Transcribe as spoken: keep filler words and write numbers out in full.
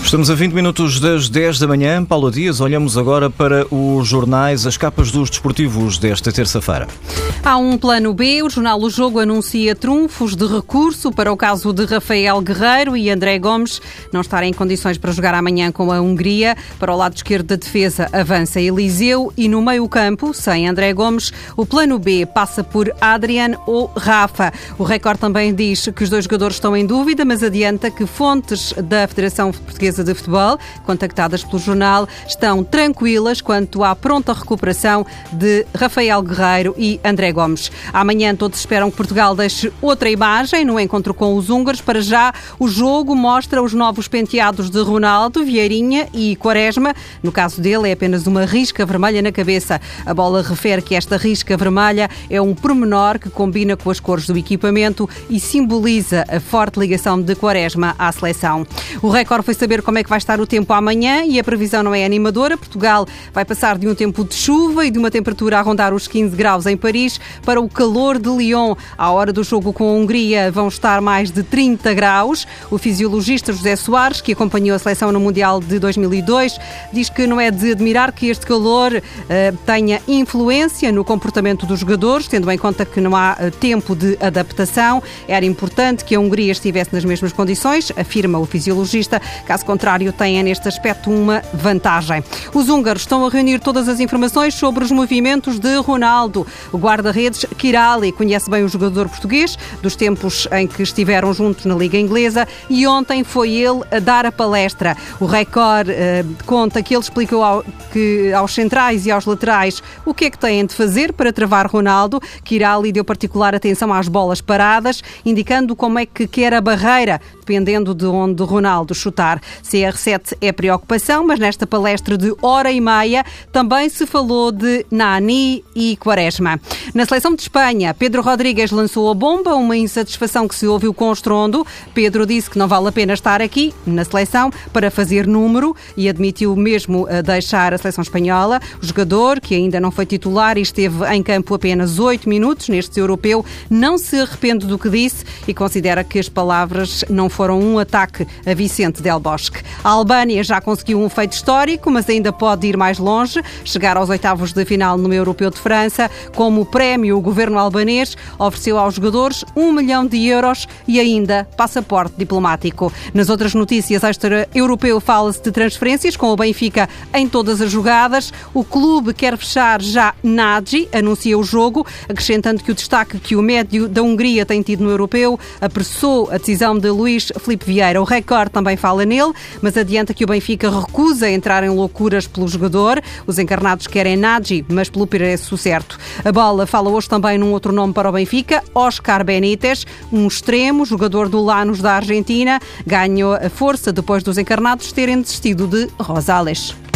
Estamos a vinte minutos das dez da manhã. Paula Dias, olhamos agora para os jornais, as capas dos desportivos desta terça-feira. Há um plano B. O jornal O Jogo anuncia trunfos de recurso para o caso de Rafael Guerreiro e André Gomes não estarem em condições para jogar amanhã com a Hungria. Para o lado esquerdo da defesa avança Eliseu e no meio-campo, sem André Gomes, o plano B passa por Adrian ou Rafa. O Record também diz que os dois jogadores estão em dúvida, mas adianta que fontes da Federação Portuguesa de Futebol, contactadas pelo jornal, estão tranquilas quanto à pronta recuperação de Rafael Guerreiro e André Gomes. Amanhã todos esperam que Portugal deixe outra imagem no encontro com os húngaros. Para já, o jogo mostra os novos penteados de Ronaldo, Vieirinha e Quaresma. No caso dele, é apenas uma risca vermelha na cabeça. A bola refere que esta risca vermelha é um pormenor que combina com as cores do equipamento e simboliza a forte ligação de Quaresma à seleção. O Record foi saber como é que vai estar o tempo amanhã e a previsão não é animadora. Portugal vai passar de um tempo de chuva e de uma temperatura a rondar os quinze graus em Paris para o calor de Lyon. À hora do jogo com a Hungria vão estar mais de trinta graus. O fisiologista José Soares, que acompanhou a seleção no Mundial de dois mil e dois, diz que não é de admirar que este calor uh, tenha influência no comportamento dos jogadores, tendo em conta que não há uh, tempo de adaptação. Era importante que a Hungria estivesse nas mesmas condições, afirma o fisiologista. Caso contrário, têm neste aspecto uma vantagem. Os húngaros estão a reunir todas as informações sobre os movimentos de Ronaldo. O guarda-redes Kirali conhece bem o jogador português, dos tempos em que estiveram juntos na Liga Inglesa, e ontem foi ele a dar a palestra. O Record eh, conta que ele explicou ao, que, aos centrais e aos laterais o que é que têm de fazer para travar Ronaldo. Kirali deu particular atenção às bolas paradas, indicando como é que quer a barreira, dependendo de onde Ronaldo chutar. C R sete é preocupação, mas nesta palestra de hora e meia também se falou de Nani e Quaresma. Na seleção de Espanha, Pedro Rodríguez lançou a bomba, uma insatisfação que se ouviu com estrondo. Pedro disse que não vale a pena estar aqui, na seleção, para fazer número e admitiu mesmo deixar a seleção espanhola. O jogador, que ainda não foi titular e esteve em campo apenas oito minutos neste europeu, não se arrepende do que disse e considera que as palavras não foram um ataque a Vicente Del Bosque. A Albânia já conseguiu um feito histórico, mas ainda pode ir mais longe, chegar aos oitavos de final no Europeu de França. Como prémio, o governo albanês ofereceu aos jogadores um milhão de euros e ainda passaporte diplomático. Nas outras notícias, extra-europeu fala-se de transferências, com o Benfica em todas as jogadas. O clube quer fechar já Nagy, anuncia o jogo, acrescentando que o destaque que o médio da Hungria tem tido no Europeu apressou a decisão de Luís Filipe Vieira. O Record também fala nele, mas adianta que o Benfica recusa entrar em loucuras pelo jogador. Os encarnados querem Nagy, mas pelo preço certo. A bola fala hoje também num outro nome para o Benfica, Óscar Benítez, um extremo, jogador do Lanús da Argentina, ganhou a força depois dos encarnados terem desistido de Rosales.